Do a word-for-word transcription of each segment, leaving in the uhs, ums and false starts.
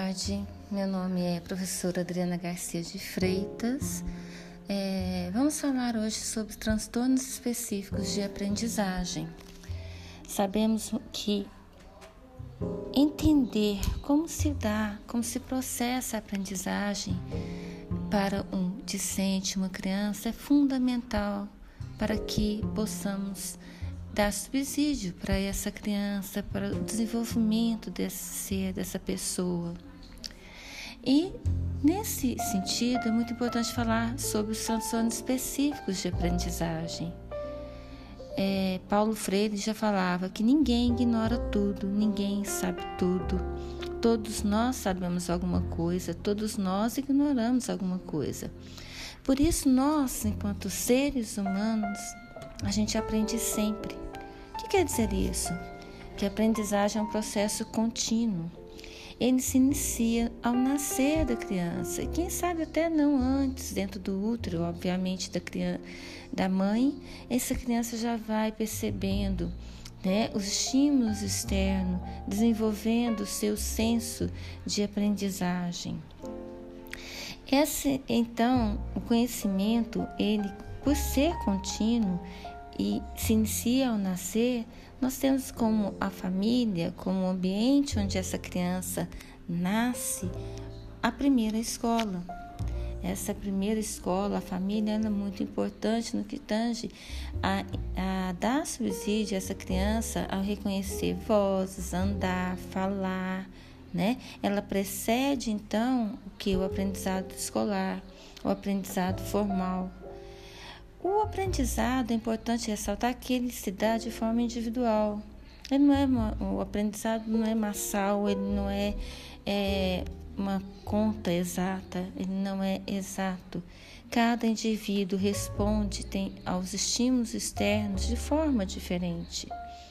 tarde, meu nome é professora Adriana Garcia de Freitas. É, vamos falar hoje sobre transtornos específicos de aprendizagem. Sabemos que entender como se dá, como se processa a aprendizagem para um discente, uma criança, é fundamental para que possamos dar subsídio para essa criança, para o desenvolvimento desse ser, dessa pessoa. E, nesse sentido, é muito importante falar sobre os transtornos específicos de aprendizagem. É, Paulo Freire já falava que ninguém ignora tudo, ninguém sabe tudo. Todos nós sabemos alguma coisa, todos nós ignoramos alguma coisa. Por isso, nós, enquanto seres humanos, a gente aprende sempre. O que quer dizer isso? Que a aprendizagem é um processo contínuo. Ele se inicia ao nascer da criança, e quem sabe até não antes, dentro do útero, obviamente, da, criança, da mãe, essa criança já vai percebendo, né, os estímulos externos, desenvolvendo o seu senso de aprendizagem. Esse, então, o conhecimento, ele, por ser contínuo e se inicia ao nascer, nós temos como a família, como o ambiente onde essa criança nasce, a primeira escola. Essa primeira escola, a família, ela é muito importante no que tange a, a dar subsídio a essa criança ao reconhecer vozes, andar, falar, né? Ela precede, então, o que? O aprendizado escolar, o aprendizado formal. O aprendizado, é importante ressaltar que ele se dá de forma individual. Ele não é uma, o aprendizado não é massal, ele não é, é uma conta exata, ele não é exato. Cada indivíduo responde tem, aos estímulos externos de forma diferente.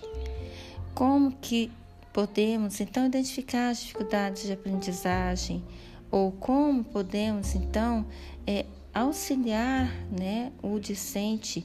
Como que podemos, então, identificar as dificuldades de aprendizagem? Ou como podemos, então, é, auxiliar, né, o discente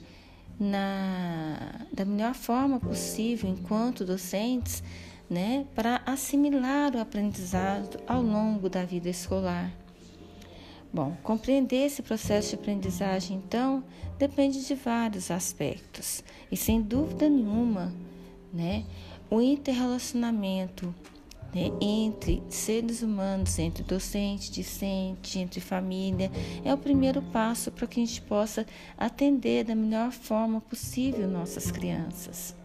na, da melhor forma possível, enquanto docentes, né, para assimilar o aprendizado ao longo da vida escolar. Bom, compreender esse processo de aprendizagem, então, depende de vários aspectos. E, sem dúvida nenhuma, né, o interrelacionamento, né, entre seres humanos, entre docente, discente, entre família, é o primeiro passo para que a gente possa atender da melhor forma possível nossas crianças.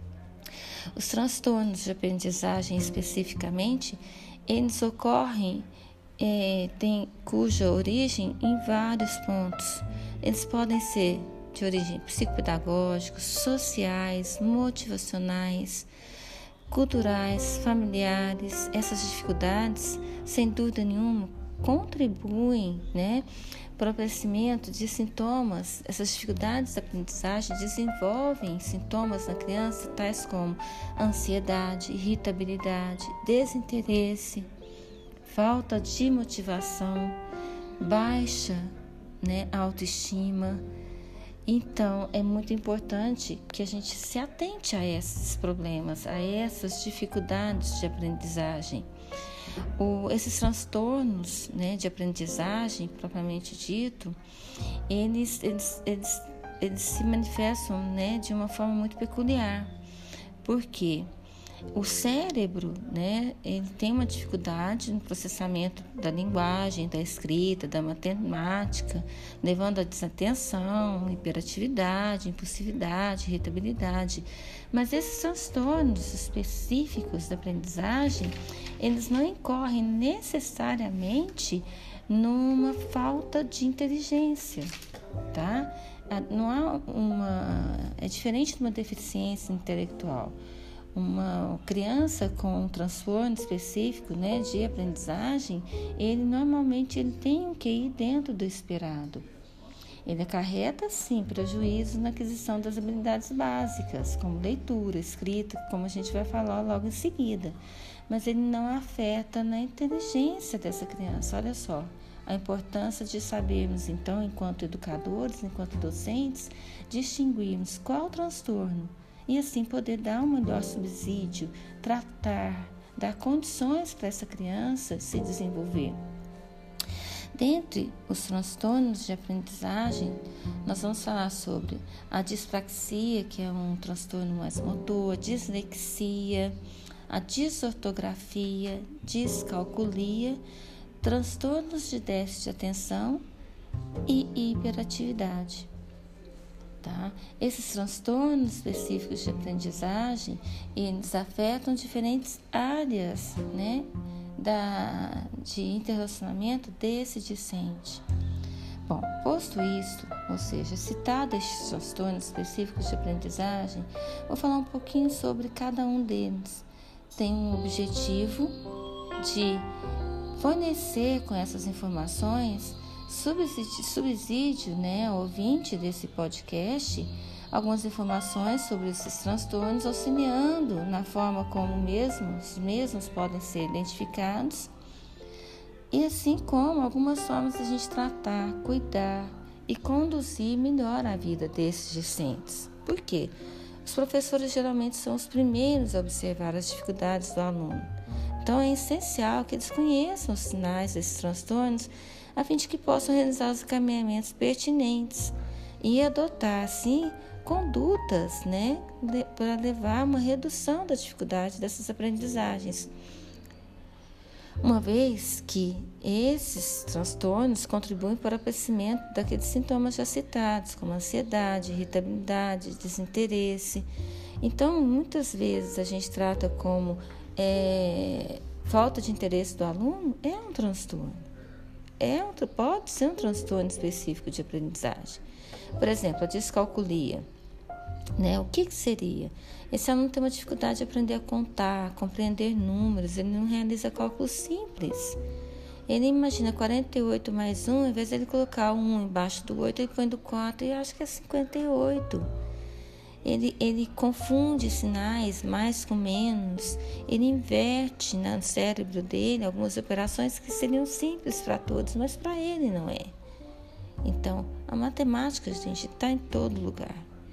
Os transtornos de aprendizagem, especificamente, eles ocorrem, é, tem, cuja origem em vários pontos. Eles podem ser de origem psicopedagógicos, sociais, motivacionais, culturais, familiares. Essas dificuldades, sem dúvida nenhuma, contribuem, né, para o aparecimento de sintomas. Essas dificuldades da aprendizagem desenvolvem sintomas na criança, tais como ansiedade, irritabilidade, desinteresse, falta de motivação, baixa, né, autoestima. Então, é muito importante que a gente se atente a esses problemas, a essas dificuldades de aprendizagem. O, esses transtornos, né, de aprendizagem, propriamente dito, eles, eles, eles, eles se manifestam, né, de uma forma muito peculiar. Por quê? O cérebro, né, ele tem uma dificuldade no processamento da linguagem, da escrita, da matemática, levando a desatenção, hiperatividade, impulsividade, irritabilidade. Mas esses transtornos específicos da aprendizagem, eles não incorrem necessariamente numa falta de inteligência, tá? Não há uma, é diferente de uma deficiência intelectual. Uma criança com um transtorno específico, né, de aprendizagem, ele normalmente ele tem um Q I dentro do esperado. Ele acarreta, sim, prejuízo na aquisição das habilidades básicas, como leitura, escrita, como a gente vai falar logo em seguida. Mas ele não afeta na inteligência dessa criança. Olha só, a importância de sabermos, então, enquanto educadores, enquanto docentes, distinguirmos qual transtorno e assim poder dar um melhor subsídio, tratar, dar condições para essa criança se desenvolver. Dentre os transtornos de aprendizagem, nós vamos falar sobre a dispraxia, que é um transtorno mais motor, a dislexia, a disortografia, descalculia, transtornos de déficit de atenção e hiperatividade. Tá? Esses transtornos específicos de aprendizagem, eles afetam diferentes áreas, né, da, de interrelacionamento desse discente. Bom, posto isto, ou seja, citado estes transtornos específicos de aprendizagem, vou falar um pouquinho sobre cada um deles. Tem um objetivo de fornecer com essas informações subsídio, subsídio né, ao ouvinte desse podcast, algumas informações sobre esses transtornos, auxiliando na forma como mesmos, os mesmos podem ser identificados, e assim como algumas formas de a gente tratar, cuidar e conduzir melhor a vida desses discentes. Por quê? Os professores geralmente são os primeiros a observar as dificuldades do aluno. Então é essencial que eles conheçam os sinais desses transtornos, a fim de que possam realizar os encaminhamentos pertinentes e adotar, assim, condutas, né, para levar a uma redução da dificuldade dessas aprendizagens. Uma vez que esses transtornos contribuem para o aparecimento daqueles sintomas já citados, como ansiedade, irritabilidade, desinteresse. Então, muitas vezes a gente trata como é, falta de interesse do aluno, é um transtorno. É um, pode ser um transtorno específico de aprendizagem. Por exemplo, a descalculia. Né? O que, que seria? Esse aluno tem uma dificuldade de aprender a contar, compreender números, ele não realiza cálculos simples. Ele imagina quarenta e oito mais um, ao invés de ele colocar um embaixo do oito, ele põe do quatro e acha que é cinquenta e oito. Ele, ele confunde sinais mais com menos, ele inverte no cérebro dele algumas operações que seriam simples para todos, mas para ele não é. Então, a matemática, gente, está em todo lugar.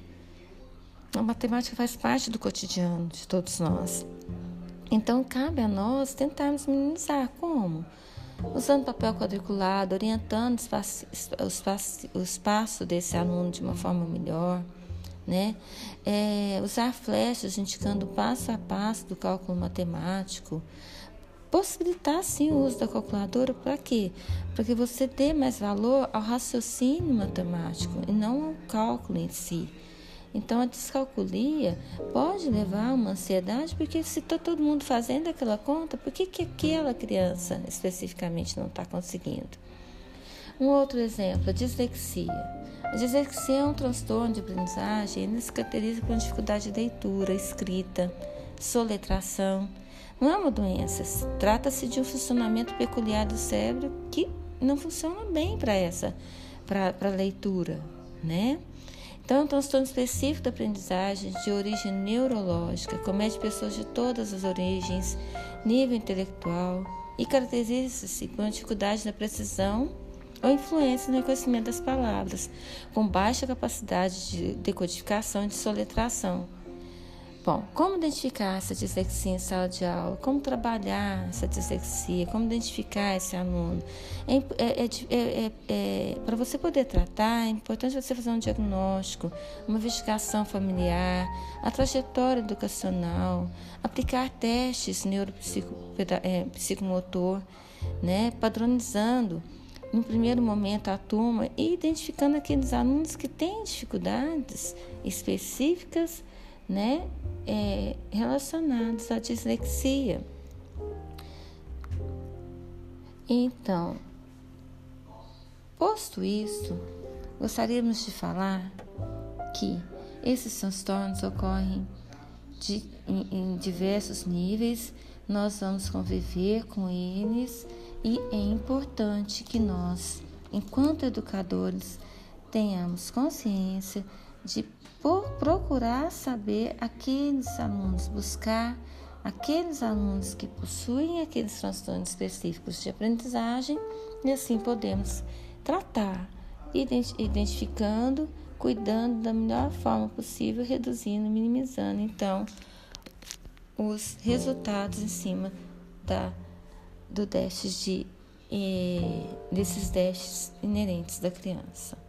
A matemática faz parte do cotidiano de todos nós. Então, cabe a nós tentarmos minimizar. Como? Usando papel quadriculado, orientando o espaço, o espaço, o espaço desse aluno de uma forma melhor. Né? É, usar flechas indicando passo a passo do cálculo matemático. Possibilitar, sim, o uso da calculadora. Para quê? Para que você dê mais valor ao raciocínio matemático e não ao cálculo em si. Então, a descalculia pode levar a uma ansiedade, porque se está todo mundo fazendo aquela conta, por que, que aquela criança especificamente não está conseguindo? Um outro exemplo, a dislexia. A dislexia é um transtorno de aprendizagem, ele se caracteriza por dificuldade de leitura, escrita, soletração. Não é uma doença, trata-se de um funcionamento peculiar do cérebro que não funciona bem para essa, para a leitura, né? Então, é um transtorno específico da aprendizagem de origem neurológica, comete pessoas de todas as origens, nível intelectual e caracteriza-se por uma dificuldade na precisão ou influência no reconhecimento das palavras, com baixa capacidade de decodificação e de soletração. Bom, como identificar essa dislexia em sala de aula? Como trabalhar essa dislexia? Como identificar esse aluno? É, é, é, é, é, para você poder tratar, é importante você fazer um diagnóstico, uma investigação familiar, a trajetória educacional, aplicar testes neuropsicomotor, né, padronizando no primeiro momento a turma e identificando aqueles alunos que têm dificuldades específicas, né, é, relacionados à dislexia. Então, posto isso, gostaríamos de falar que esses transtornos ocorrem de, em, em diversos níveis, nós vamos conviver com eles e é importante que nós, enquanto educadores, tenhamos consciência de por procurar saber aqueles alunos, buscar aqueles alunos que possuem aqueles transtornos específicos de aprendizagem e assim podemos tratar, identificando, cuidando da melhor forma possível, reduzindo, minimizando, então, os resultados em cima da, do déficit de, eh, desses déficits inerentes da criança.